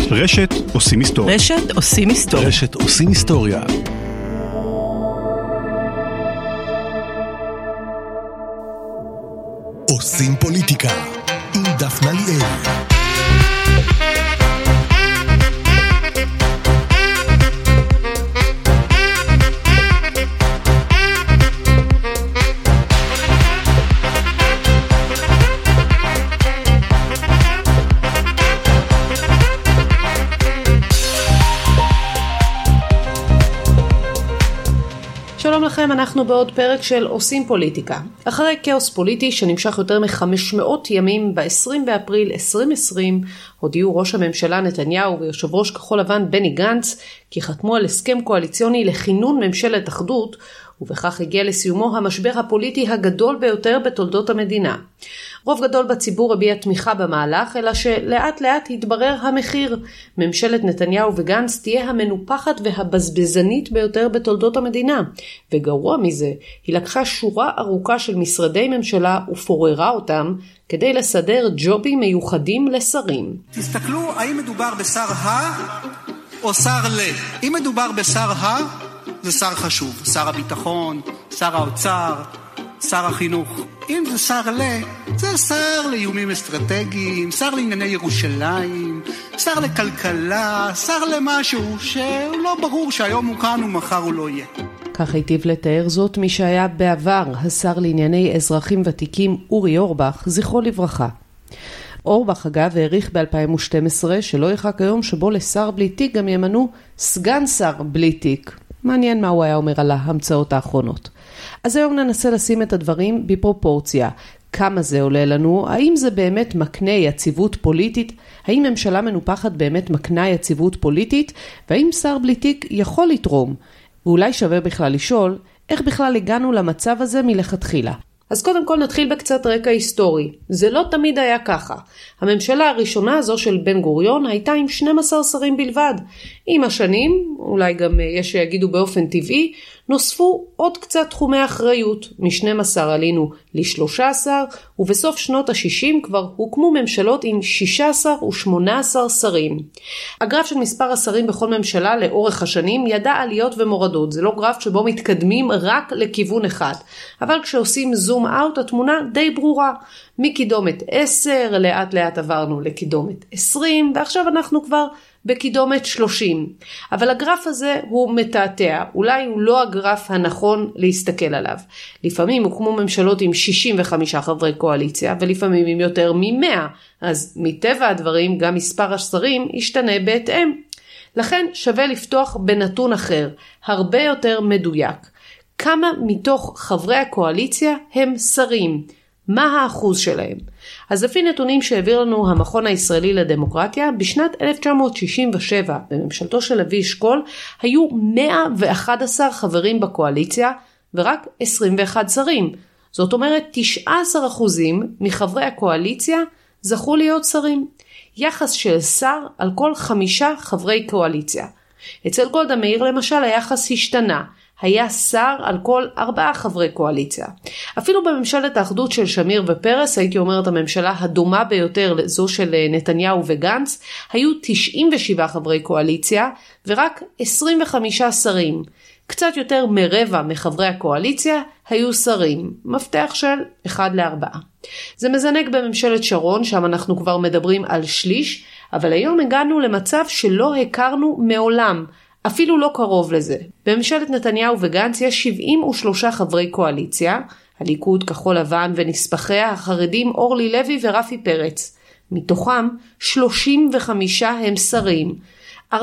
רשת עושים היסטוריה. רשת עושים היסטוריה. רשת עושים היסטוריה. עושים פוליטיקה עם דפנה ליאל. שלום לכם, אנחנו בעוד פרק של עושים פוליטיקה. אחרי כאוס פוליטי שנמשך יותר מ-500 ימים, ב-20 באפריל 2020 הודיעו ראש הממשלה נתניהו ויושב ראש כחול לבן בני גנץ כי חתמו על הסכם קואליציוני לכינון ממשלת אחדות, ובכך הגיע לסיומו המשבר הפוליטי הגדול ביותר בתולדות המדינה. רוב גדול בציבור הביע תמיכה במהלך, אלא שלאט לאט התברר המחיר. ממשלת נתניהו וגנץ תהיה המנופחת והבזבזנית ביותר בתולדות המדינה. וגרוע מזה, היא לקחה שורה ארוכה של משרדי ממשלה ופוררה אותם כדי לסדר ג'ובים מיוחדים לשרים. תסתכלו האם מדובר בשר או שר אם מדובר בשר זה שר חשוב, שר הביטחון, שר האוצר, שר החינוך. אם זה שר זה שר לאיומים אסטרטגיים, שר לענייני ירושלים, שר לכלכלה, שר למשהו שהוא לא ברור שהיום הוא כאן ומחר הוא לא יהיה. כך היטיב לתאר זאת מי שהיה בעבר השר לענייני אזרחים ותיקים אורי אורבך, זכרו לברכה. אורבך אגב העריך ב-2012 שלא יחק היום שבו לשר בלי תיק גם ימנו סגן שר בלי תיק. מעניין מה הוא היה אומר על ההמצאות האחרונות. אז היום ננסה לשים את הדברים בפרופורציה. כמה זה עולה לנו? האם זה באמת מקנה יציבות פוליטית? האם ממשלה מנופחת באמת מקנה יציבות פוליטית? והאם שר בלי תיק יכול לתרום? ואולי שווה בכלל לשאול, איך בכלל הגענו למצב הזה מלכתחילה? אז קודם כל נתחיל בקצת רקע היסטורי. זה לא תמיד היה ככה. הממשלה הראשונה הזו של בן גוריון הייתה עם 12 שרים בלבד. עם השנים, אולי גם יש שיגידו באופן טבעי, נוספו עוד קצת תחומי אחריות. מ-12 עלינו ל-13, ובסוף שנות ה-60 כבר הוקמו ממשלות עם 16 ו-18 שרים. הגרף של מספר השרים בכל ממשלה לאורך השנים ידע עליות ומורדות. זה לא גרף שבו מתקדמים רק לכיוון אחד. אבל כשעושים זום אאוט התמונה די ברורה. מקידומת 10 לאט לאט עברנו לקידומת 20 ועכשיו אנחנו כבר בקידומת 30. אבל הגרף הזה הוא מתעתע, אולי הוא לא הגרף הנכון להסתכל עליו. לפעמים הוקמו ממשלות עם 65 חברי קואליציה ולפעמים עם יותר מ-100, אז מטבע הדברים גם מספר השרים ישתנה בהתאם. לכן שווה לפתוח בנתון אחר, הרבה יותר מדויק. כמה מתוך חברי הקואליציה הם שרים? מה האחוז שלהם? אז לפי נתונים שהעביר לנו המכון הישראלי לדמוקרטיה, בשנת 1967, בממשלתו של לוי אשכול, היו 111 חברים בקואליציה, ורק 21 שרים. זאת אומרת, 19% מחברי הקואליציה זכו להיות שרים. יחס של שר על כל 5 חברי קואליציה. אצל גולדה מאיר למשל היחס השתנה. היה שר על כל 4 חברי קואליציה. אפילו בממשלת האחדות של שמיר ופרס, הייתי אומרת הממשלה הדומה ביותר לזו של נתניהו וגנץ, היו 97 חברי קואליציה ורק 25 שרים. קצת יותר מרבע מחברי הקואליציה היו שרים. מפתח של 1-4. זה מזנק בממשלת שרון, שם אנחנו כבר מדברים על שליש, אבל היום הגענו למצב שלא הכרנו מעולם. אפילו לא קרוב לזה. בממשלת נתניהו וגנץ יש 73 חברי קואליציה, הליכוד, כחול לבן ונספחיה החרדים אורלי לוי ורפי פרץ. מתוכם 35 הם שרים. 47%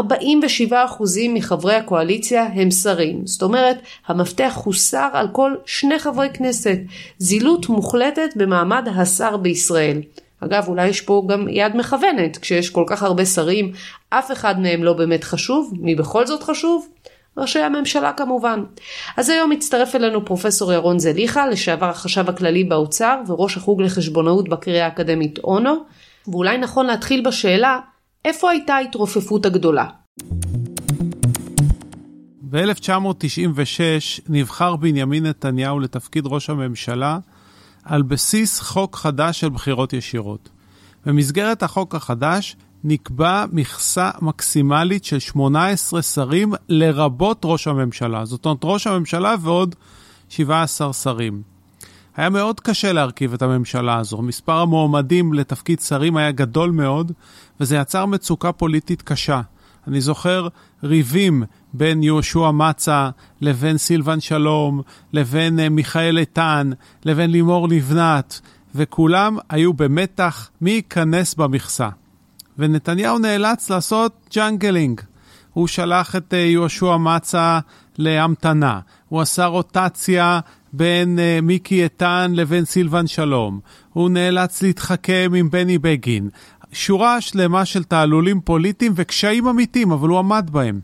מחברי הקואליציה הם שרים. זאת אומרת, המפתח הוא שר על כל 2 חברי כנסת. זילות מוחלטת במעמד השר בישראל. אגב, אולי יש פה גם יד מכוונת, כשיש כל כך הרבה שרים, אף אחד מהם לא באמת חשוב. מי בכל זאת חשוב? ראשי הממשלה כמובן. אז היום מצטרף אלינו פרופסור ירון זליכה, לשעבר החשב הכללי באוצר, וראש החוג לחשבונאות בקריה האקדמית אונו, ואולי נכון להתחיל בשאלה, איפה הייתה ההתרופפות הגדולה? ב-1996 נבחר בנימין נתניהו לתפקיד ראש הממשלה, על בסיס חוק חדש של בחירות ישירות. במסגרת החוק החדש נקבע מכסה מקסימלית של 18 שרים לרבות ראש הממשלה. זאת אומרת, ראש הממשלה ועוד 17 שרים. היה מאוד קשה להרכיב את הממשלה הזו. מספר המועמדים לתפקיד שרים היה גדול מאוד, וזה יצר מצוקה פוליטית קשה. אני זוכר ריבים בין יהושע מצא לבין סילבן שלום, לבין מיכאל איתן, לבין לימור לבנת, וכולם היו במתח מי ייכנס במכסה. ונתניהו נאלץ לעשות ג'אנגלינג. הוא שלח את יהושע מצא להמתנה. הוא עשה רוטציה בין מיקי איתן לבין סילבן שלום. הוא נאלץ להתחכם עם בני בגין. שורה שלמה של תעלולים פוליטיים וקשיים אמיתיים, אבל הוא עמד בהם.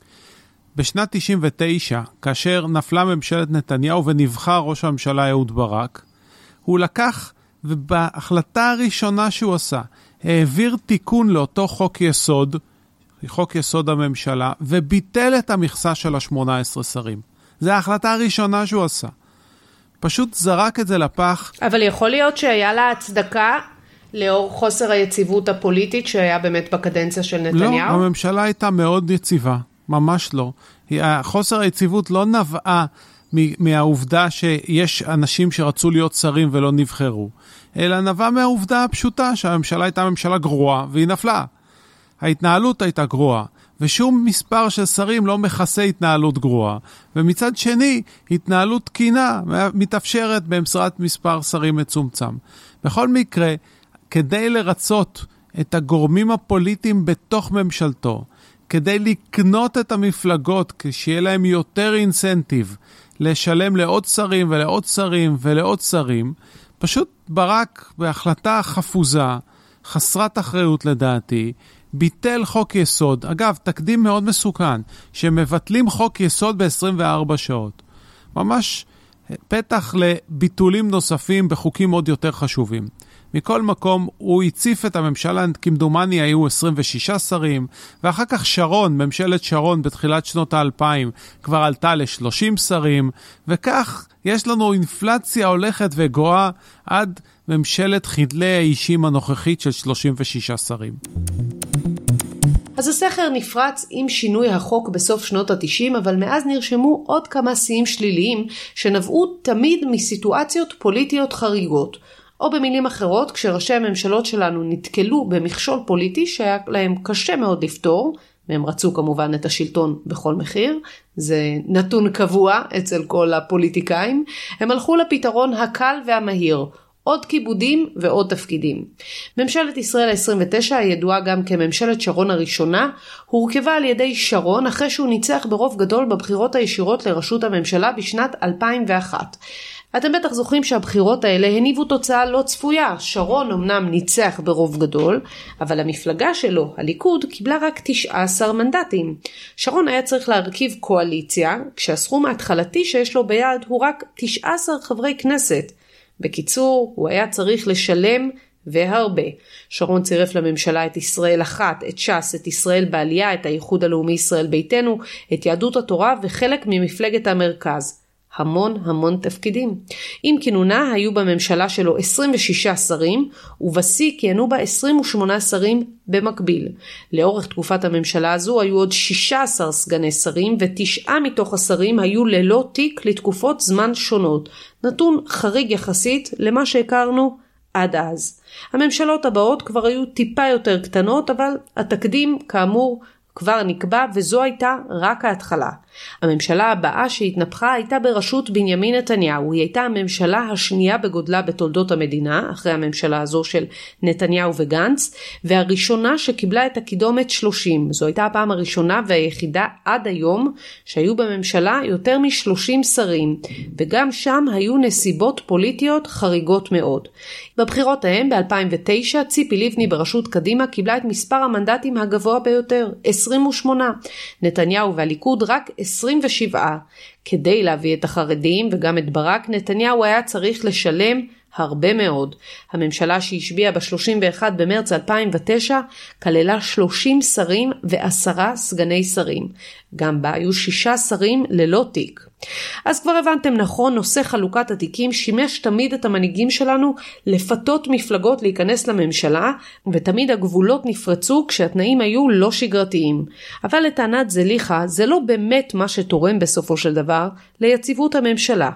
בשנת 99, כאשר נפלה ממשלת נתניהו ונבחר ראש הממשלה אהוד ברק, הוא לקח, ובהחלטה הראשונה שהוא עשה, העביר תיקון לאותו חוק יסוד, חוק יסוד הממשלה, וביטל את המכסה של ה-18 שרים. זו ההחלטה הראשונה שהוא עשה. פשוט זרק את זה לפח. אבל יכול להיות שהיה לה הצדקה לאור חוסר היציבות הפוליטית שהיה באמת בקדנציה של נתניהו? לא, הממשלה הייתה מאוד יציבה, ממש לא. חוסר היציבות לא נבעה מהעובדה שיש אנשים שרצו להיות שרים ולא נבחרו, אלא נבע מהעובדה הפשוטה שהממשלה הייתה ממשלה גרועה והיא נפלה. ההתנהלות הייתה גרועה, ושום מספר של שרים לא מכסה התנהלות גרועה. ומצד שני, התנהלות תקינה מתאפשרת באמצעות מספר שרים מצומצם. בכל מקרה, כדי לרצות את הגורמים הפוליטיים בתוך ממשלתו, כדי לקנות את המפלגות, כשיהיה להם יותר אינסנטיב, לשלם לעוד שרים ולעוד שרים ולעוד שרים, פשוט ברק בהחלטה חפוזה, חסרת אחריות לדעתי, ביטל חוק יסוד. אגב, תקדים מאוד מסוכן, שמבטלים חוק יסוד ב-24 שעות. ממש פתח לביטולים נוספים בחוקים עוד יותר חשובים. מכל מקום, הוא הציף את הממשלה, כמדומני היו 26 שרים, ואחר כך שרון, ממשלת שרון בתחילת שנות ה-2000, כבר עלתה ל-30 שרים, וכך יש לנו אינפלציה הולכת וגואה עד ממשלת חדלי האישים הנוכחית של 36 שרים. אז הסכר נפרץ עם שינוי החוק בסוף שנות ה-90, אבל מאז נרשמו עוד כמה שיאים שליליים שנבעו תמיד מסיטואציות פוליטיות חריגות. או במילים אחרות, כשראשי הממשלות שלנו נתקלו במכשול פוליטי שהיה להם קשה מאוד לפתור, והם רצו כמובן את השלטון בכל מחיר, זה נתון קבוע אצל כל הפוליטיקאים, הם הלכו לפתרון הקל והמהיר, עוד כיבודים ועוד תפקידים. ממשלת ישראל ה-29, הידועה גם כממשלת שרון הראשונה, הורכבה על ידי שרון אחרי שהוא ניצח ברוב גדול בבחירות הישירות לראשות הממשלה בשנת 2001. אתם בטח זוכרים שהבחירות האלה הניבו תוצאה לא צפויה. שרון אמנם ניצח ברוב גדול, אבל המפלגה שלו, הליכוד, קיבלה רק 19 מנדטים. שרון היה צריך להרכיב קואליציה, כשהסכום ההתחלתי שיש לו ביד הוא רק 19 חברי כנסת. בקיצור, הוא היה צריך לשלם והרבה. שרון צירף לממשלה את ישראל אחת, את ש"ס, את ישראל בעלייה, את האיחוד הלאומי ישראל ביתנו, את יהדות התורה וחלק ממפלגת המרכז. המון תפקידים. עם כינונה היו בממשלה שלו 26 שרים, ובשיא כיהנו בה 28 שרים במקביל. לאורך תקופת הממשלה הזו היו עוד 16 סגני שרים, ו9 מתוך השרים היו ללא תיק לתקופות זמן שונות. נתון חריג יחסית למה שהכרנו עד אז. הממשלות הבאות כבר היו טיפה יותר קטנות, אבל התקדים כאמור כבר נקבע, וזו הייתה רק ההתחלה. הממשלה הבאה שהתנפחה הייתה בראשות בנימין נתניהו. היא הייתה הממשלה השנייה בגודלה בתולדות המדינה, אחרי הממשלה הזו של נתניהו וגנץ, והראשונה שקיבלה את הקידומת 30. זו הייתה הפעם הראשונה והיחידה עד היום שהיו בממשלה יותר מ-30 שרים, וגם שם היו נסיבות פוליטיות חריגות מאוד. בבחירות ההם ב-2009 ציפי לבני בראשות קדימה קיבלה את מספר המנדטים הגבוה ביותר, 28. נתניהו והליכוד רק 27. כדי להביא את החרדים וגם את ברק, נתניהו היה צריך לשלם הרבה מאוד. הממשלה שהשביעה ב-31 במרץ 2009 כללה 30 שרים ו10 סגני שרים. גם בה היו 6 שרים ללא תיק. אז כבר הבנתם נכון, נושא חלוקת התיקים שימש תמיד את המנהיגים שלנו לפתות מפלגות להיכנס לממשלה, ותמיד הגבולות נפרצו כשהתנאים היו לא שגרתיים. אבל לטענת זליכה, זה לא באמת מה שתורם בסופו של דבר ליציבות הממשלה.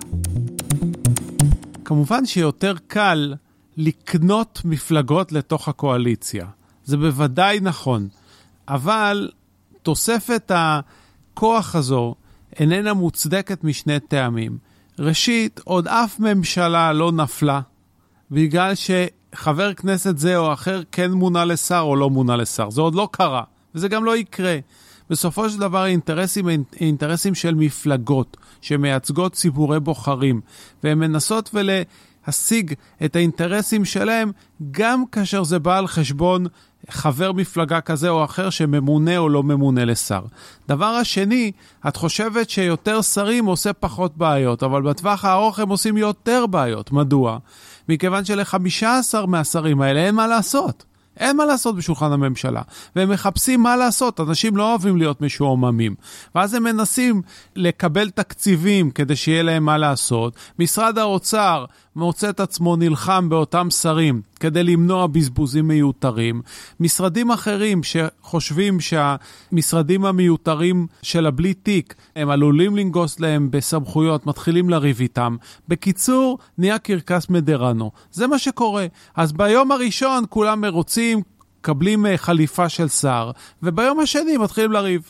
כמובן שיותר קל לקנות מפלגות לתוך הקואליציה. זה בוודאי נכון. אבל תוספת הכוח הזו איננה מוצדקת משני טעמים. ראשית, עוד אף ממשלה לא נפלה, בגלל שחבר כנסת זה או אחר כן מונה לשר או לא מונה לשר. זה עוד לא קרה, וזה גם לא יקרה. בסופו של דבר האינטרסים של מפלגות שמייצגות ציבורי בוחרים, והן מנסות ולהשיג את האינטרסים שלהם, גם כאשר זה בא על חשבון חבר מפלגה כזה או אחר שממונה או לא ממונה לשר. דבר השני, את חושבת שיותר שרים עושה פחות בעיות, אבל בטווח הארוך הם עושים יותר בעיות. מדוע? מכיוון של15 מהשרים האלה אין מה לעשות. אין מה לעשות בשולחן הממשלה, והם מחפשים מה לעשות. אנשים לא אוהבים להיות משועממים, ואז הם מנסים לקבל תקציבים כדי שיהיה להם מה לעשות. משרד האוצר מוצא את עצמו נלחם באותם שרים כדי למנוע בזבוזים מיותרים. משרדים אחרים שחושבים שהמשרדים המיותרים של הבלי תיק הם עלולים לנגוס להם בסמכויות, מתחילים לריב איתם. בקיצור, נהיה קרקס מדרנו. זה מה שקורה. אז ביום הראשון כולם מרוצים, קבלים חליפה של שר, וביום השני מתחילים לריב.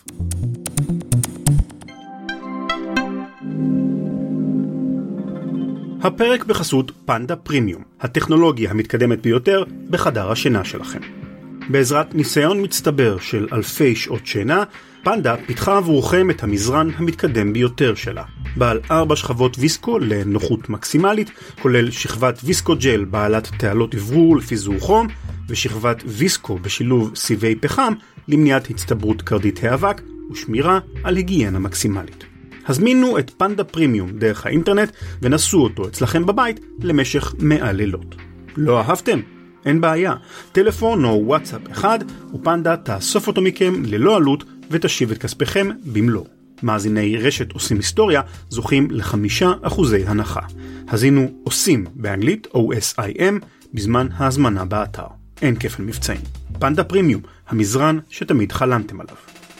הפרק בחסות פנדה פרימיום, הטכנולוגיה המתקדמת ביותר בחדר השינה שלכם. בעזרת ניסיון מצטבר של אלפי שעות שינה, פנדה פיתחה עבורכם את המזרן המתקדם ביותר שלה. בעל 4 שכבות ויסקו לנוחות מקסימלית, כולל שכבת ויסקו ג'ל בעלת תעלות עברור לפיזור חום, ושכבת ויסקו בשילוב סיבי פחם למניעת הצטברות קרדית האבק ושמירה על היגיינה מקסימלית. הזמינו את פנדה פרימיום דרך האינטרנט ונסו אותו אצלכם בבית למשך 100 לילות. לא אהבתם? אין בעיה. טלפון או וואטסאפ אחד ופנדה תאסוף אותו מכם ללא עלות ותשיב את כספכם במלוא. מאזיני רשת עושים היסטוריה זוכים ל5% הנחה. הזינו עושים באנגלית OSIM בזמן ההזמנה באתר. אין כפל מבצעים. פנדה פרימיום, המזרן שתמיד חלמתם עליו.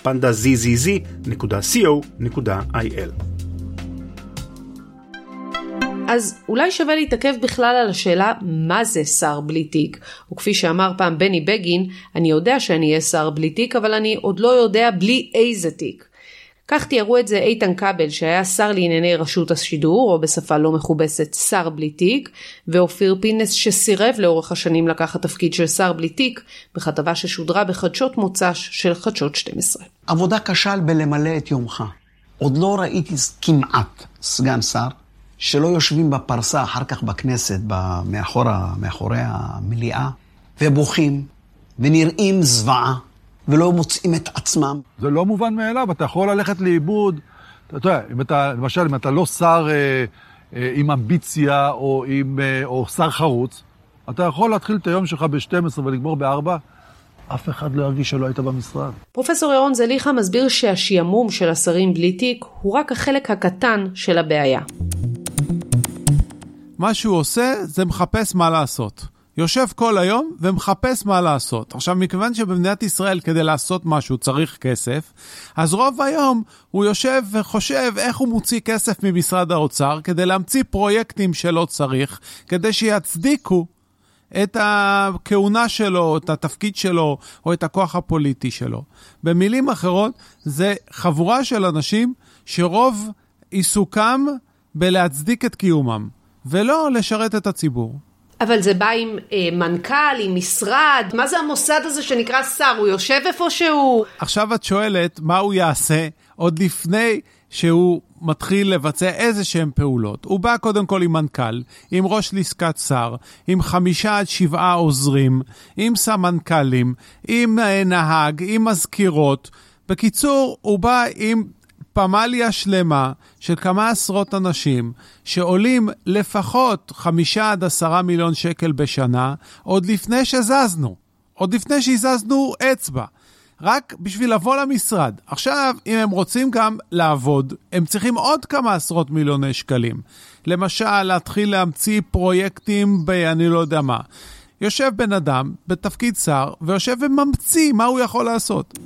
pandazz.co.il. אז אולי שווה להתעכב בכלל על השאלה מה זה שר בלי תיק, וכפי שאמר פעם בני בגין, אני יודע שאני אהיה שר בלי תיק, אבל אני עוד לא יודע בלי איזה תיק. כך תיארו את זה איתן כבל שהיה שר לענייני רשות השידור, או בשפה לא מכובסת שר בלי תיק, ואופיר פינס שסירב לאורך השנים לקחת תפקיד של שר בלי תיק, בכתבה ששודרה בחדשות מוצ"ש של חדשות 12. עבודה קשה בלמלא את יומך. עוד לא ראיתי כמעט סגן שר שלא יושבים בפרסה אחר כך בכנסת, מאחורי המליאה, ובוכים ונראים זוועה. ולא מוצאים את עצמם. זה לא מובן מאליו, אתה יכול ללכת לאיבוד, אתה יודע, למשל, אם אתה לא שר עם אמביציה או שר חרוץ, אתה יכול להתחיל את היום שלך ב-12 ולגמור ב-4, אף אחד לא ירגיש שלא היית במשרד. פרופסור ירון זליכה מסביר שהשיעמום של השרים בלי תיק הוא רק החלק הקטן של הבעיה. מה שהוא עושה זה מחפש מה לעשות. יושב כל היום ומחפש מה לעשות. עכשיו, מכיוון שבמדינת ישראל כדי לעשות משהו צריך כסף, אז רוב היום הוא יושב וחושב איך הוא מוציא כסף ממשרד האוצר כדי להמציא פרויקטים שלא צריך, כדי שיצדיקו את הכהונה שלו, את התפקיד שלו, או את הכוח הפוליטי שלו. במילים אחרות, זה חבורה של אנשים שרוב עיסוקם בלהצדיק את קיומם, ולא לשרת את הציבור. אבל זה בא עם מנכ"ל, עם משרד, מה זה המוסד הזה שנקרא שר? הוא יושב איפה שהוא? עכשיו את שואלת מה הוא יעשה עוד לפני שהוא מתחיל לבצע איזה שהם פעולות. הוא בא קודם כל עם מנכ"ל, עם ראש לשכת שר, עם 5 עד 7 עוזרים, עם סמנכ"לים, עם נהג, עם מזכירות. בקיצור, הוא בא עם פמליה שלמה של כמה עשרות אנשים שעולים לפחות 5-10 מיליון שקל בשנה, עוד לפני שזזנו, עוד לפני שהזזנו אצבע, רק בשביל לבוא למשרד. עכשיו, אם הם רוצים גם לעבוד, הם צריכים עוד כמה עשרות מיליוני שקלים. למשל, להתחיל להמציא פרויקטים אני לא יודע מה. יושב בן אדם בתפקיד שר, ויושב וממציא מה הוא יכול לעשות.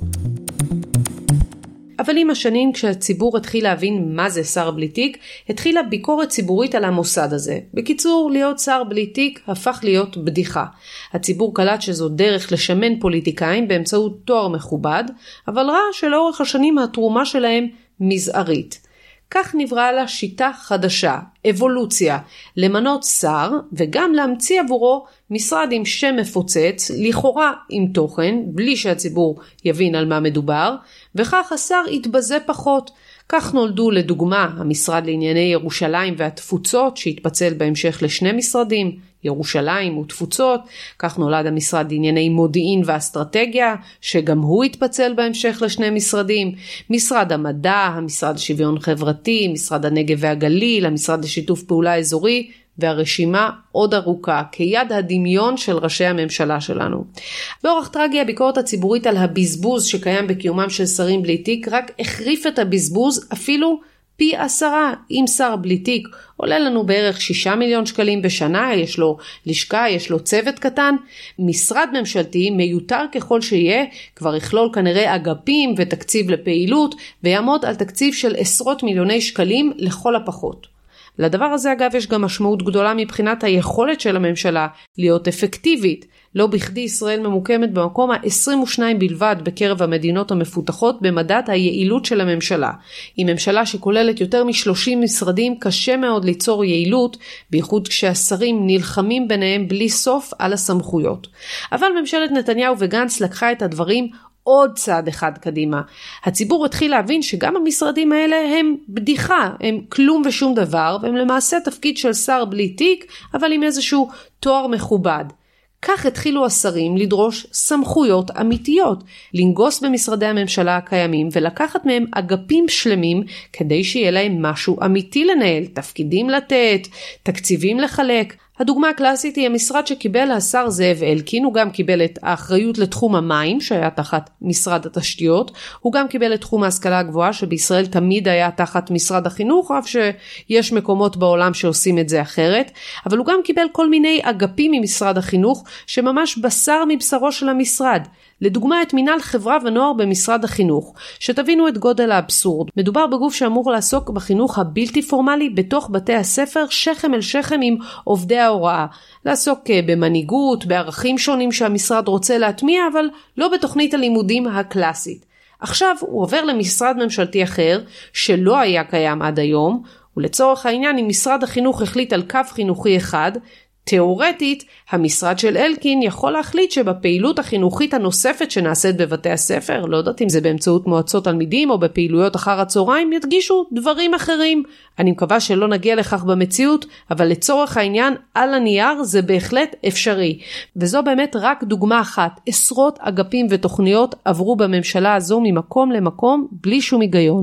אבל עם השנים, כשהציבור התחיל להבין מה זה שר בלי תיק, התחילה ביקורת ציבורית על המוסד הזה. בקיצור, להיות שר בלי תיק הפך להיות בדיחה. הציבור קלט שזו דרך לשמן פוליטיקאים באמצעות תואר מכובד, אבל ראה שלאורך השנים התרומה שלהם מזערית. כך נבראה לה שיטה חדשה, אבולוציה, למנות שר וגם להמציא עבורו משרד עם שם מפוצץ, לכאורה עם תוכן, בלי שהציבור יבין על מה מדובר, וכך השר יתבזה פחות. כך נולדו לדוגמה המשרד לענייני ירושלים והתפוצות, שהתפצל בהמשך לשני משרדים, ירושלים ותפוצות. כך נולד המשרד לענייני מודיעין ואסטרטגיה, שגם הוא התפצל בהמשך לשני משרדים, משרד המדע, המשרד לשוויון חברתי, משרד הנגב והגליל, המשרד לשיתוף פעולה אזורי, והרשימה עוד ארוכה, כיד הדמיון של ראשי הממשלה שלנו. באורח טרגי, הביקורת הציבורית על הבזבוז שקיים בקיומם של שרים בלי תיק, רק החריף את הבזבוז אפילו פי 10. אם שר בלי תיק עולה לנו בערך 6 מיליון שקלים בשנה, יש לו לשכה, יש לו צוות קטן, משרד ממשלתי מיותר ככל שיהיה, כבר יכלול כנראה אגפים ותקציב לפעילות, ויעמוד על תקציב של עשרות מיליוני שקלים לכל הפחות. לדבר הזה אגב יש גם משמעות גדולה מבחינת היכולת של הממשלה להיות אפקטיבית. לא בכדי ישראל ממוקמת במקום ה-22 בלבד בקרב המדינות המפותחות במדד היעילות של הממשלה. עם ממשלה שכוללת יותר מ-30 משרדים קשה מאוד ליצור יעילות, בייחוד כשהשרים נלחמים ביניהם בלי סוף על הסמכויות. אבל ממשלת נתניהו וגנץ לקחה את הדברים עוד צעד אחד קדימה. הציבור התחיל להבין שגם המשרדים האלה הם בדיחה, הם כלום ושום דבר, והם למעשה תפקיד של שר בלי תיק, אבל עם איזשהו תואר מכובד. כך התחילו השרים לדרוש סמכויות אמיתיות, לנגוס במשרדי הממשלה הקיימים ולקחת מהם אגפים שלמים כדי שיהיה להם משהו אמיתי לנהל, תפקידים לתת, תקציבים לחלק. הדוגמה הקלאסית היא המשרד שקיבל השר זאב אלקין, הוא גם קיבל את האחריות לתחום המים שהיה תחת משרד התשתיות, הוא גם קיבל את תחום ההשכלה הגבוהה שבישראל תמיד היה תחת משרד החינוך, אף שיש מקומות בעולם שעושים את זה אחרת, אבל הוא גם קיבל כל מיני אגפים ממשרד החינוך שממש בשר מבשרו של המשרד. לדוגמה את מינהל חברה ונוער במשרד החינוך, שתבינו את גודל האבסורד. מדובר בגוף שאמור לעסוק בחינוך הבלתי פורמלי בתוך בתי הספר, שכם אל שכם עם עובדי ההוראה. לעסוק במנהיגות, בערכים שונים שהמשרד רוצה להטמיע, אבל לא בתוכנית הלימודים הקלאסית. עכשיו הוא עובר למשרד ממשלתי אחר, שלא היה קיים עד היום, ולצורך העניין אם משרד החינוך החליט על קו חינוכי אחד, תיאורטית, המשרד של אלקין יכול להחליט שבפעילות החינוכית הנוספת שנעשית בבתי הספר, לא יודעת אם זה באמצעות מועצות תלמידים או בפעילויות אחר הצהריים, ידגישו דברים אחרים. אני מקווה שלא נגיע לכך במציאות, אבל לצורך העניין, על הנייר זה בהחלט אפשרי. וזו באמת רק דוגמה אחת. עשרות אגפים ותוכניות עברו בממשלה הזו ממקום למקום בלי שום היגיון.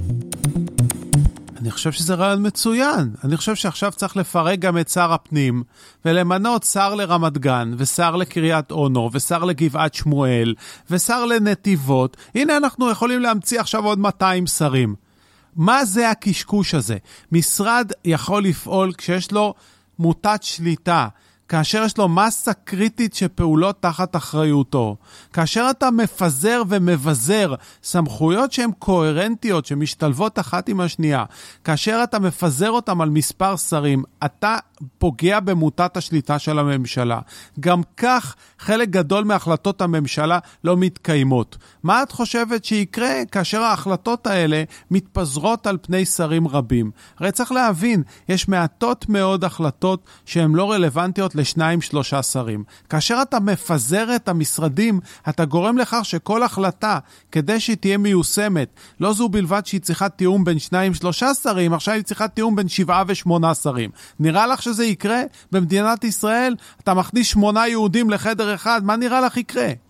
אני חושב שזה רעיון מצוין. אני חושב שעכשיו צריך לפרק גם את שר הפנים, ולמנות שר לרמת גן, ושר לקריית אונו, ושר לגבעת שמואל, ושר לנתיבות. הנה אנחנו יכולים להמציא עכשיו עוד 200 שרים. מה זה הקשקוש הזה? משרד יכול לפעול כשיש לו מוטת שליטה, כאשר יש לו מסה קריטית שפעולות תחת אחריותו, כאשר אתה מפזר ומבזר סמכויות שהן קוהרנטיות, שמשתלבות אחת עם השנייה, כאשר אתה מפזר אותם על מספר שרים, אתה פוגע במוטת השליטה של הממשלה. גם כך חלק גדול מהחלטות הממשלה לא מתקיימות. מה את חושבת שיקרה כאשר ההחלטות האלה מתפזרות על פני שרים רבים? הרי צריך להבין, יש מעטות מאוד החלטות שהן לא רלוונטיות ל2-3 שרים. כאשר אתה מפזר את המשרדים, אתה גורם לכך שכל החלטה, כדי שהיא תהיה מיושמת, לא זו בלבד שהיא צריכה תיאום בין 2-3 שרים, עכשיו היא צריכה תיאום בין 7 ו8 שרים. נראה לך שזה יקרה במדינת ישראל? אתה מכניס 8 יהודים לחדר אחד, מה נראה לך יקרה?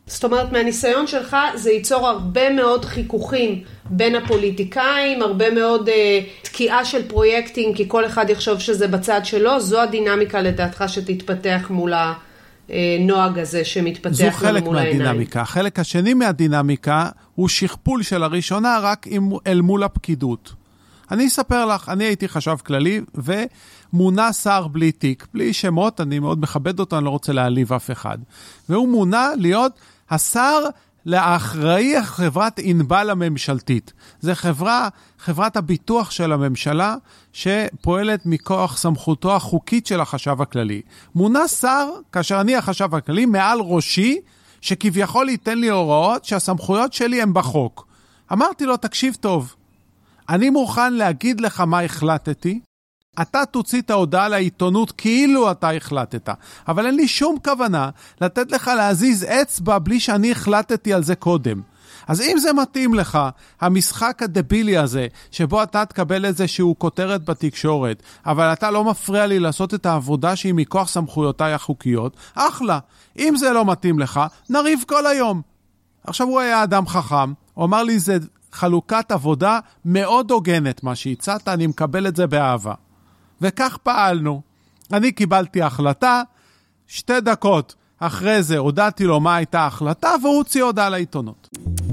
זאת אומרת, מהניסיון שלך זה ייצור הרבה מאוד חיכוכים בין הפוליטיקאים, הרבה מאוד תקיעה של פרויקטים, כי כל אחד יחשוב שזה בצד שלו. זו הדינמיקה לדעתך שתתפתח מול הנוהג הזה שמתפתח זו חלק מול העיניים. מהדינמיקה. החלק השני מהדינמיקה הוא שכפול של הראשונה רק אל מול הפקידות. אני אספר לך, אני הייתי חשב כללי ומונה שר בלי תיק, בלי שמות, אני מאוד מכבד אותו, אני לא רוצה להעליב אף אחד. והוא מונה להיות השר לאחראי החברת ענבל הממשלתית. זה חברת הביטוח של הממשלה שפועלת מכוח סמכותו החוקית של החשב הכללי. מונה שר, כאשר אני החשב הכללי, מעל ראשי, שכביכול ייתן לי הוראות שהסמכויות שלי הן בחוק. אמרתי לו, תקשיב טוב, אני מוכן להגיד לך מה החלטתי, אתה תוציא את ההודעה לעיתונות כאילו אתה החלטת, אבל אין לי שום כוונה לתת לך להזיז אצבע בלי שאני החלטתי על זה קודם. אז אם זה מתאים לך, המשחק הדבילי הזה, שבו אתה תקבל איזשהו כותרת בתקשורת, אבל אתה לא מפריע לי לעשות את העבודה שהיא מכוח סמכויותיי החוקיות, אחלה. אם זה לא מתאים לך, נריב כל היום. עכשיו הוא היה אדם חכם, הוא אמר לי זה חלוקת עבודה מאוד הוגנת מה שהצעת, אני מקבל את זה באהבה. וכך פעלנו. אני קיבלתי החלטה, 2 דקות אחרי זה הודעתי לו מה הייתה ההחלטה, והוא הוציא הודעה לעיתונות.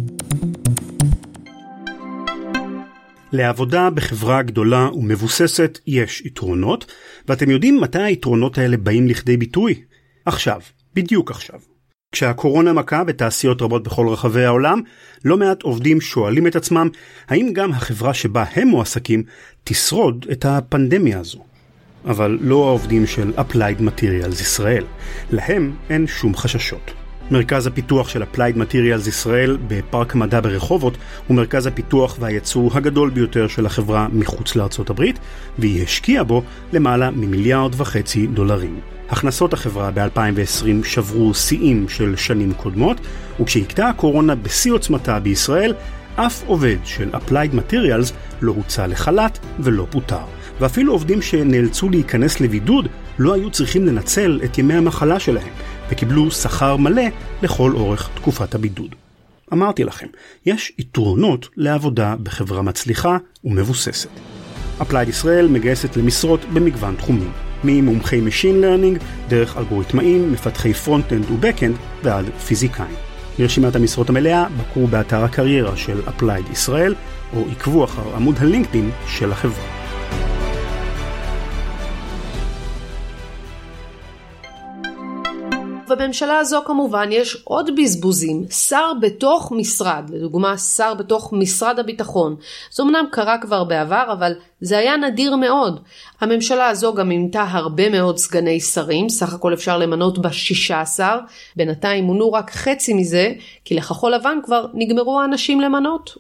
לעבודה בחברה גדולה ומבוססת יש יתרונות, ואתם יודעים מתי היתרונות האלה באים לכדי ביטוי? עכשיו, בדיוק עכשיו. כשהקורונה מכה בתעשיות רבות בכל רחבי העולם, לא מעט עובדים שואלים את עצמם, האם גם החברה שבה הם מועסקים תשרוד את הפנדמיה הזו? אבל לא העובדים של Applied Materials ישראל. להם אין שום חששות. מרכז הפיתוח של Applied Materials ישראל בפארק מדע ברחובות הוא מרכז הפיתוח והייצור הגדול ביותר של החברה מחוץ לארצות הברית, והיא השקיעה בו למעלה $1.5 מיליארד. הכנסות החברה ב-2020 שברו שיאים של שנים קודמות, וכשהקטעה הקורונה בשיא עוצמתה בישראל, אף עובד של Applied Materials לא הוצא לחל"ת ולא פוטר. ואפילו עובדים שנאלצו להיכנס לבידוד לא היו צריכים לנצל את ימי המחלה שלהם, וקיבלו שכר מלא לכל אורך תקופת הבידוד. אמרתי לכם, יש יתרונות לעבודה בחברה מצליחה ומבוססת. Applied ישראל מגייסת למשרות במגוון תחומים, ממומחי Machine Learning, דרך אלגוריתמאים, מפתחי Front-End ו-Back-End ועד פיזיקאים. לרשימת המשרות המלאה בקרו באתר הקריירה של Applied ישראל, או עקבו אחר עמוד הלינקדין של החברה. בממשלה הזו כמובן יש עוד בזבוזים. שר בתוך משרד, לדוגמה שר בתוך משרד הביטחון. זה אמנם קרה כבר בעבר, אבל זה היה נדיר מאוד. הממשלה הזו גם מינתה הרבה מאוד סגני שרים, סך הכל אפשר למנות ב16, בינתיים מונו רק חצי מזה, כי לכחול לבן כבר נגמרו האנשים למנות.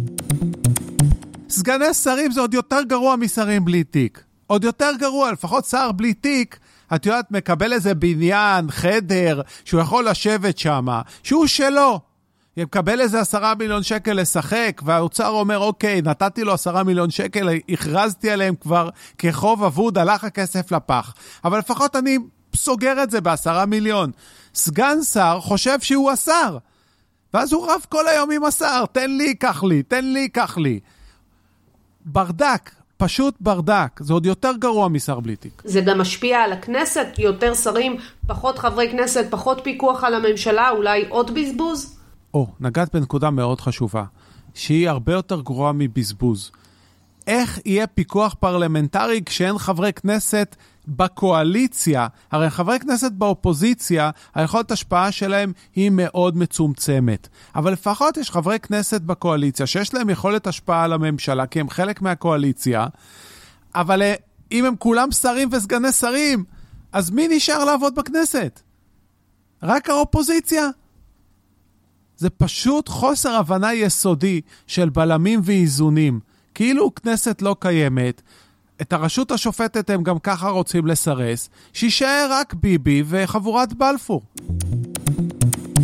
סגני שרים זה עוד יותר גרוע משרים בלי תיק. עוד יותר גרוע, לפחות שר בלי תיק, את יודעת, מקבל איזה בניין, חדר, שהוא יכול לשבת שם, שהוא שלו. מקבל איזה 10 מיליון שקל לשחק, והאוצר אומר, אוקיי, נתתי לו 10 מיליון שקל, הכרזתי עליהם כבר כחוב אבוד, הלך הכסף לפח. אבל לפחות אני סוגר את זה ב10 מיליון. סגן שר חושב שהוא השר. ואז הוא רב כל היום עם השר, תן לי, קח לי, תן לי, קח לי. ברדק. פשוט ברדק, זה עוד יותר גרוע משר בלי תיק. זה גם משפיע על הכנסת, יותר שרים, פחות חברי כנסת, פחות פיקוח על הממשלה, אולי עוד בזבוז? נגעת בנקודה מאוד חשובה, שהיא הרבה יותר גרועה מבזבוז. איך יהיה פיקוח פרלמנטרי כשאין חברי כנסת בקואליציה? הרי חברי כנסת באופוזיציה, היכולת השפעה שלהם היא מאוד מצומצמת. אבל לפחות יש חברי כנסת בקואליציה שיש להם יכולת השפעה על הממשלה, כי הם חלק מהקואליציה, אבל אם הם כולם שרים וסגני שרים, אז מי נשאר לעבוד בכנסת? רק האופוזיציה? זה פשוט חוסר הבנה יסודי של בלמים ואיזונים. כאילו כנסת לא קיימת, את הרשות השופטת הם גם ככה רוצים לסרס, שישאר רק ביבי וחבורת בלפור.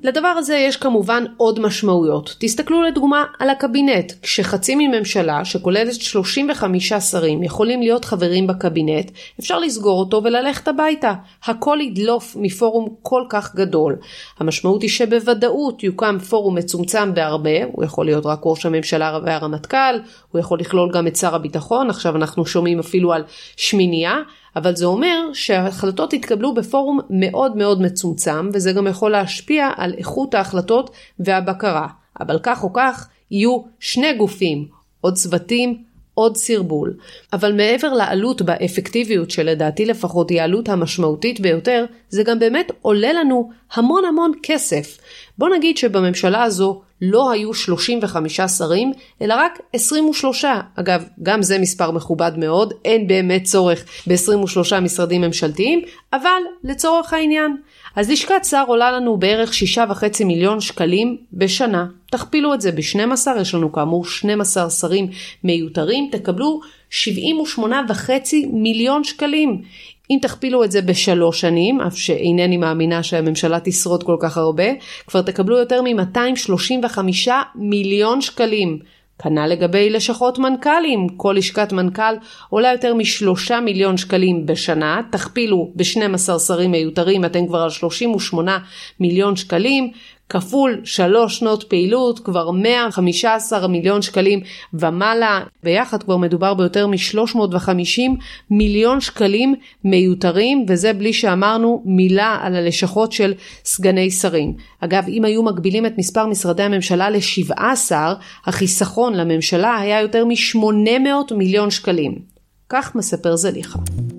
לדבר הזה יש כמובן עוד משמעויות. תסתכלו לדוגמה על הקבינט. כשחצי מממשלה שכוללת 35 שרים יכולים להיות חברים בקבינט, אפשר לסגור אותו וללכת הביתה. הכל ידלוף מפורום כל כך גדול. המשמעות היא שבוודאות יוקם פורום מצומצם בהרבה, הוא יכול להיות רק ראש הממשלה והרמטכ"ל, הוא יכול לכלול גם את שר הביטחון, עכשיו אנחנו שומעים אפילו על שמינייה, אבל זה אומר שההחלטות יתקבלו בפורום מאוד מאוד מצומצם, וזה גם יכול להשפיע על איכות ההחלטות והבקרה. אבל כך או כך, יהיו שני גופים, עוד צוותים, עוד סרבול. אבל מעבר לעלות באפקטיביות שלדעתי לפחות היא העלות המשמעותית ביותר, זה גם באמת עולה לנו המון המון כסף. בוא נגיד שבממשלה הזו לא היו 35 שרים, אלא רק 23. אגב, גם זה מספר מכובד מאוד, אין באמת צורך ב-23 משרדים ממשלתיים, אבל לצורך העניין. אז לשכת שר עולה לנו בערך 6.5 מיליון שקלים בשנה. תכפילו את זה ב-12, יש לנו כאמור 12 שרים מיותרים, תקבלו 78.5 מיליון שקלים. אם תכפילו את זה ב3 שנים, אף שאינני מאמינה שהממשלה תשרוד כל כך הרבה, כבר תקבלו יותר מ-235 מיליון שקלים. כנ"ל לגבי לשכות מנכ"לים, כל לשכת מנכ"ל עולה יותר מ3 מיליון שקלים בשנה, תכפילו ב-12 שרים מיותרים, אתם כבר על 38 מיליון שקלים, כפול 3 שנות פעילות, כבר 115 מיליון שקלים ומעלה, ביחד כבר מדובר ביותר מ-350 מיליון שקלים מיותרים, וזה בלי שאמרנו מילה על הלשכות של סגני שרים. אגב, אם היו מגבילים את מספר משרדי הממשלה ל17, החיסכון לממשלה היה יותר מ-800 מיליון שקלים. כך מספר זליכה.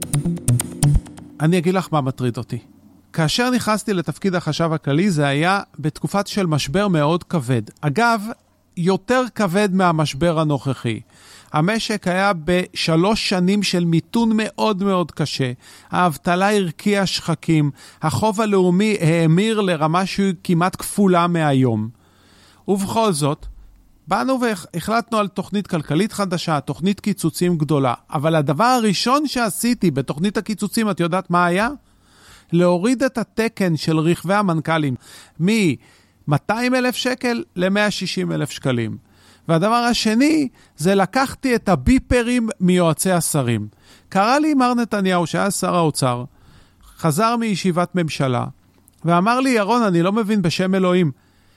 אני אגיד לך מה מטריד אותי. כאשר נכנסתי לתפקיד החשב הכללי, זה היה בתקופת של משבר מאוד כבד. אגב, יותר כבד מהמשבר הנוכחי. המשק היה ב3 שנים של מיתון מאוד מאוד קשה. האבטלה הרקיעה שחקים. החוב הלאומי האמיר לרמה שהיא כמעט כפולה מהיום. ובכל זאת, באנו והחלטנו על תוכנית כלכלית חדשה, תוכנית קיצוצים גדולה. אבל הדבר הראשון שעשיתי בתוכנית הקיצוצים, את יודעת מה היה? להוריד את התקן של רכבי המנכ"לים מ-200,000 שקל ל-160,000 שקלים. והדבר השני זה לקחתי את הביפרים מיועצי השרים. קרא לי מר נתניהו שהיה שר האוצר, חזר מישיבת ממשלה, ואמר לי, ירון, אני לא מבין בשם אלוהים,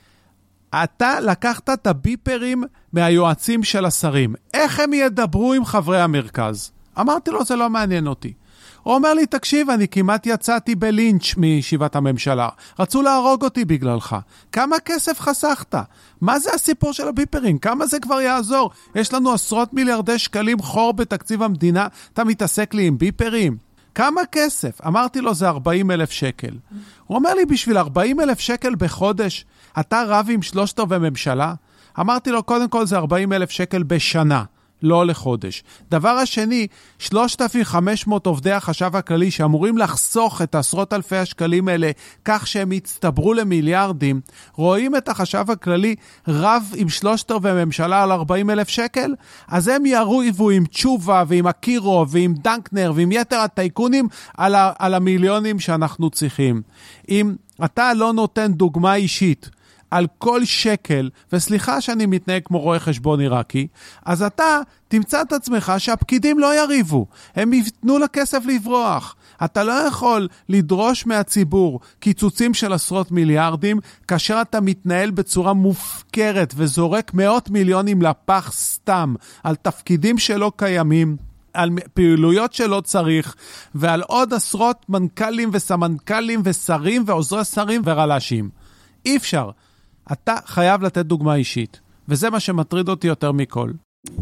אתה לקחת את הביפרים מהיועצים של השרים. איך הם ידברו עם חברי המרכז? אמרתי לו, זה לא מעניין אותי. הוא אומר לי, תקשיב, אני כמעט יצאתי בלינץ' מישיבת הממשלה. רצו להרוג אותי בגללך. כמה כסף חסכת? מה זה הסיפור של הביפרים? כמה זה כבר יעזור? יש לנו עשרות מיליארדי שקלים חור בתקציב המדינה. אתה מתעסק לי עם ביפרים? כמה כסף? אמרתי לו, זה 40,000 שקל. הוא אומר לי, בשביל 40,000 שקל בחודש, אתה רב עם 3 ממשלה? אמרתי לו, קודם כל זה 40,000 שקל בשנה. לא לחודש. דבר השני, 3,500 עובדי החשב הכללי שאמורים לחסוך את עשרות אלפי השקלים האלה כך שהם יצטברו למיליארדים, רואים את החשב הכללי רב עם 3 ממשלה על 40,000 שקל, אז הם יריבו עם תשובה ועם אקירו ועם דנקנר ועם יתר הטייקונים על המיליונים שאנחנו צריכים. אם אתה לא נותן דוגמה אישית על כל שקל, וסליחה שאני מתנהג כמו רואה חשבון עיראקי, אז אתה תמצא את עצמך שהפקידים לא יריבו, הם יתנו לכסף לברוח. אתה לא יכול לדרוש מהציבור קיצוצים של עשרות מיליארדים, כאשר אתה מתנהל בצורה מופקרת וזורק מאות מיליונים לפח סתם, על תפקידים שלא קיימים, על פעילויות שלא צריך, ועל עוד עשרות מנכ"לים וסמנכ"לים ושרים ועוזרי שרים ורל"שים. אי אפשר. אתה חייב לתת דוגמה אישית, וזה מה שמטריד אותי יותר מכל.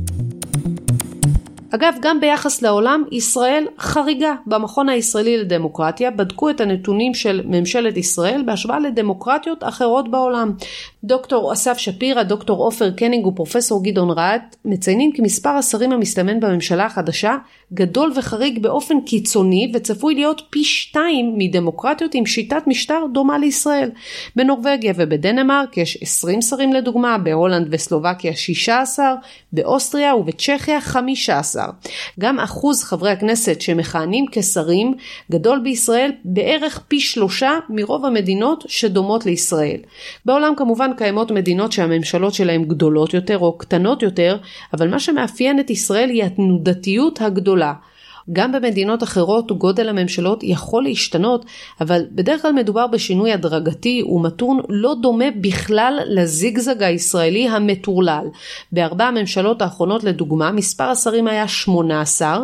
אגב, גם ביחס לעולם, ישראל חריגה. במכון הישראלי לדמוקרטיה בדקו את הנתונים של ממשלת ישראל בהשוואה לדמוקרטיות אחרות בעולם. דוקטור אסף שפירא, דוקטור עופר קנינג ופרופסור גדעון רהט מציינים כי מספר השרים המסתמן בממשלה החדשה גדול וחריג באופן קיצוני, וצפוי להיות פי 2 מדמוקרטיות עם שיטת משטר דומה לישראל. בנורווגיה ובדנמרק יש 20 שרים לדוגמה, בהולנד וסלובקיה 16, באוסטריה ובצ'כיה 15. גם אחוז חברי הכנסת שמכהנים כשרים גדול בישראל בערך פי 3 מרוב המדינות שדומות לישראל. בעולם כמובן קיימות מדינות שהממשלות שלהן גדולות יותר או קטנות יותר, אבל מה שמאפיין את ישראל היא התנודתיות הגדולה. גם במדינות אחרות גודל הממשלות יכול להשתנות, אבל בדרך כלל מדובר בשינוי הדרגתי ומתון, לא דומה בכלל לזיגזג הישראלי המטורלל. בארבע הממשלות האחרונות לדוגמה, מספר השרים היה 18,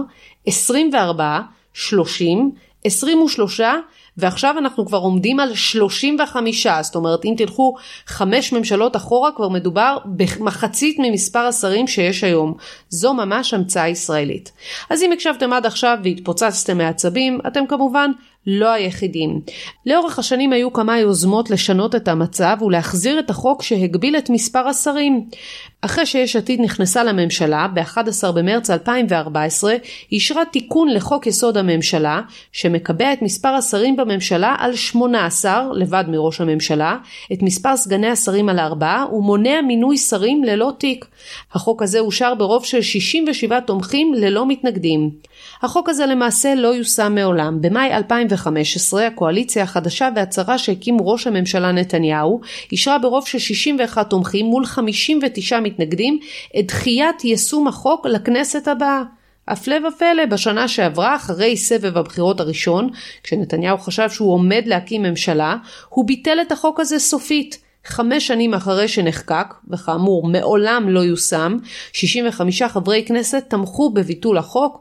24, 30, 23, ועכשיו אנחנו כבר עומדים על 35, זאת אומרת אם תלכו 5 ממשלות אחורה כבר מדובר במחצית ממספר השרים שיש היום. זו ממש המצאה ישראלית. אז אם הקשבתם עד עכשיו והתפוצצתם מעצבים, אתם כמובן לא היחידים. לאורך השנים היו כמה יוזמות לשנות את המצב ולהחזיר את החוק שהגביל את מספר השרים. אחרי שיש עתיד נכנסה לממשלה, ב-11 במרץ 2014, אישרה תיקון לחוק יסוד הממשלה, שמקבע את מספר השרים בממשלה על 18, לבד מראש הממשלה, את מספר סגני השרים על 4, ומונע מינוי שרים ללא תיק. החוק הזה אושר ברוב של 67 תומכים ללא מתנגדים. החוק הזה למעשה לא יושם מעולם. במאי 2015, הקואליציה החדשה והצרה שהקים ראש הממשלה נתניהו, אישרה ברוב של 61 תומכים מול 59 מתנגדים, את דחיית יישום החוק לכנסת הבאה. הפלא ופלא, בשנה שעברה, אחרי סבב הבחירות הראשון, כשנתניהו חשב שהוא עומד להקים ממשלה, הוא ביטל את החוק הזה סופית. 5 שנים אחרי שנחקק, וכאמור מעולם לא יושם, 65 חברי כנסת תמכו בביטול החוק,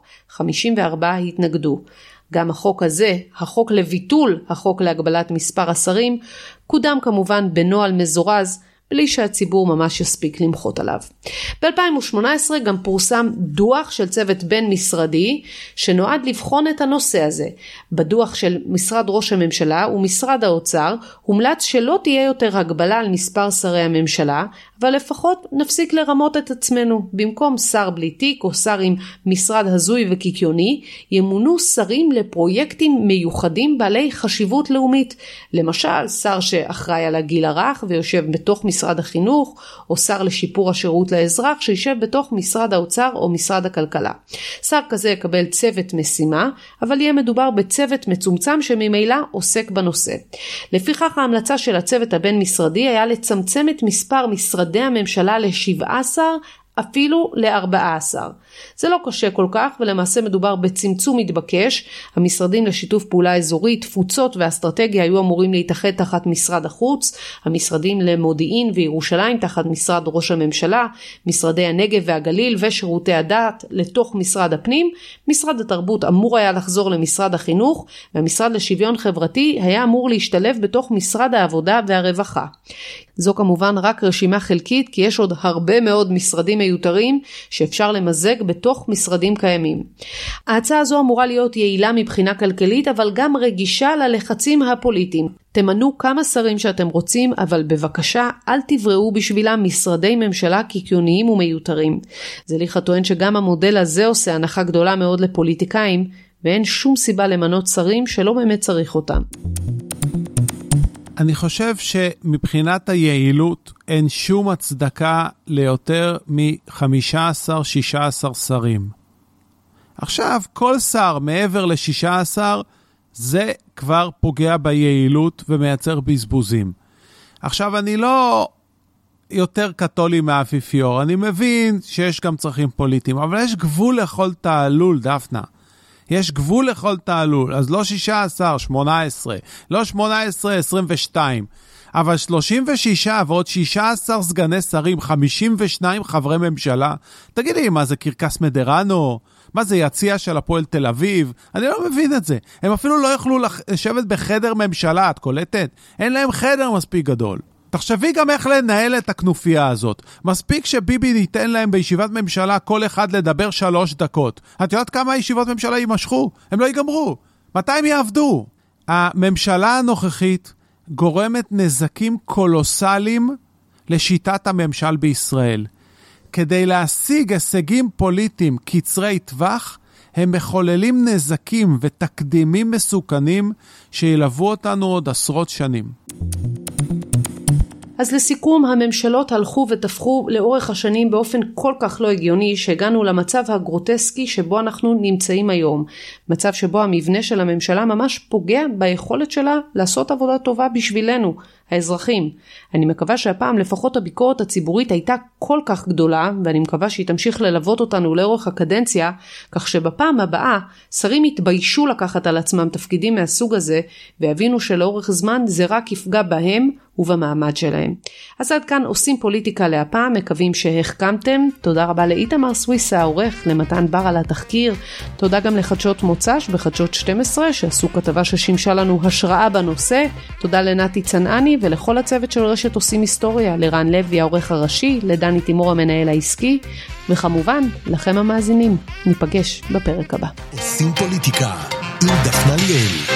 54 התנגדו. גם החוק הזה, החוק לביטול החוק להגבלת מספר השרים, קודם כמובן בנוהל מזורז, בלי שהציבור ממש יספיק למחות עליו. ב-2018 גם פורסם דוח של צוות בין משרדי שנועד לבחון את הנושא הזה. בדוח של משרד ראש הממשלה ומשרד האוצר הומלץ שלא תהיה יותר הגבלה על מספר שרי הממשלה, אבל לפחות נפסיק לרמות את עצמנו. במקום שר בלי תיק או שר עם משרד הזוי וקיקיוני, ימונו שרים לפרויקטים מיוחדים בעלי חשיבות לאומית. למשל, שר שאחראי על הגיל הרך ויושב בתוך משרד החינוך, או שר לשיפור השירות לאזרח שישב בתוך משרד האוצר או משרד הכלכלה. שר כזה יקבל צוות משימה, אבל יהיה מדובר בצוות מצומצם שממילא עוסק בנושא. לפיכך ההמלצה של הצוות הבין משרדי היה לצמצם את מספר משרדי הממשלה ל-17, אפילו ל-14. זה לא קשה כל כך, ולמעשה מדובר בצמצום מתבקש. המשרדים לשיתוף פעולה אזורי, תפוצות ואסטרטגיה היו אמורים להתאחד תחת משרד החוץ, המשרדים למודיעין וירושלים תחת משרד ראש הממשלה, משרדי הנגב והגליל ושירותי הדת לתוך משרד הפנים, משרד התרבות אמור היה לחזור למשרד החינוך, והמשרד לשוויון חברתי היה אמור להשתלב בתוך משרד העבודה והרווחה. זו כמובן רק רשימה חלקית, כי יש עוד הרבה מאוד משרדים מיותרים שאפשר למזג בתוך משרדים קיימים. ההצעה הזו אמורה להיות יעילה מבחינה כלכלית, אבל גם רגישה ללחצים הפוליטיים. תמנו כמה שרים שאתם רוצים, אבל בבקשה אל תבראו בשבילם משרדי ממשלה קיקיוניים ומיותרים. זליכה טוען שגם המודל הזה עושה הנחה גדולה מאוד לפוליטיקאים, ואין שום סיבה למנות שרים שלא באמת צריך אותם. אני חושב שמבחינת היעילות אין שום הצדקה ליותר מ-15-16 שרים. עכשיו, כל שר מעבר ל-16 זה כבר פוגע ביעילות ומייצר בזבוזים. עכשיו, אני לא יותר קתולי מהאפיפיור, אני מבין שיש גם צרכים פוליטיים, אבל יש גבול לכל תעלול, דפנה. יש גבול לכל תעלול, אז לא 16, 18, לא 18, 22, אבל 36 ועוד 16 סגני שרים, 52 חברי ממשלה. תגיד לי, מה זה קרקס מדרנו? מה זה יציע של הפועל תל אביב? אני לא מבין את זה. הם אפילו לא יכלו לשבת בחדר ממשלה, את קולטת? אין להם חדר מספיק גדול. תחשבי גם איך לנהל את הכנופיה הזאת. מספיק שביבי ניתן להם בישיבת ממשלה כל אחד לדבר 3 דקות. את יודעת כמה ישיבות ממשלה יימשכו? הם לא ייגמרו. מתי הם יעבדו? הממשלה הנוכחית גורמת נזקים קולוסליים לשיטת הממשל בישראל. כדי להשיג הישגים פוליטיים קצרי טווח, הם מחוללים נזקים ותקדימים מסוכנים שילוו אותנו עוד עשרות שנים. אז לסיכום, הממשלות הלכו ותפחו לאורך השנים באופן כל כך לא הגיוני שהגענו למצב הגרוטסקי שבו אנחנו נמצאים היום. מצב שבו המבנה של הממשלה ממש פוגע ביכולת שלה לעשות עבודה טובה בשבילנו, האזרחים. אני מקווה שהפעם לפחות הביקורת הציבורית הייתה כל כך גדולה, ואני מקווה שהיא תמשיך ללוות אותנו לאורך הקדנציה, כך שבפעם הבאה שרים יתביישו לקחת על עצמם תפקידים מהסוג הזה, והבינו שלאורך זמן זה רק יפגע בהם ובמעמד שלהם. אז עד כאן עושים פוליטיקה להפעם, מקווים שהחכמתם. תודה רבה לאיתמר סוויסה העורך, למתן בר על התחקיר. תודה גם לחדשות מוצ"ש בחדשות 12 שעשו כתבה ששימשה לנו השראה בנושא. תודה לנתי צנעני ולכל הצוות של רשת עושים היסטוריה, לרן לוי העורך הראשי, לדני תימור המנהל העסקי, וכמובן לכם המאזינים. ניפגש בפרק הבא. עושים פוליטיקה עם דפנה ליאל.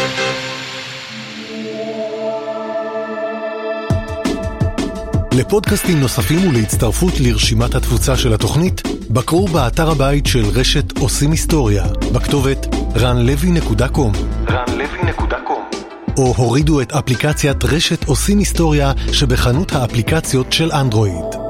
לפודקאסטים נוספים ולהצטרפות לרשימת התפוצה של התוכנית, בקרו באתר הבית של רשת עושים היסטוריה, בכתובת ranlevy.com או הורידו את אפליקציית רשת עושים היסטוריה שבחנות האפליקציות של אנדרואיד.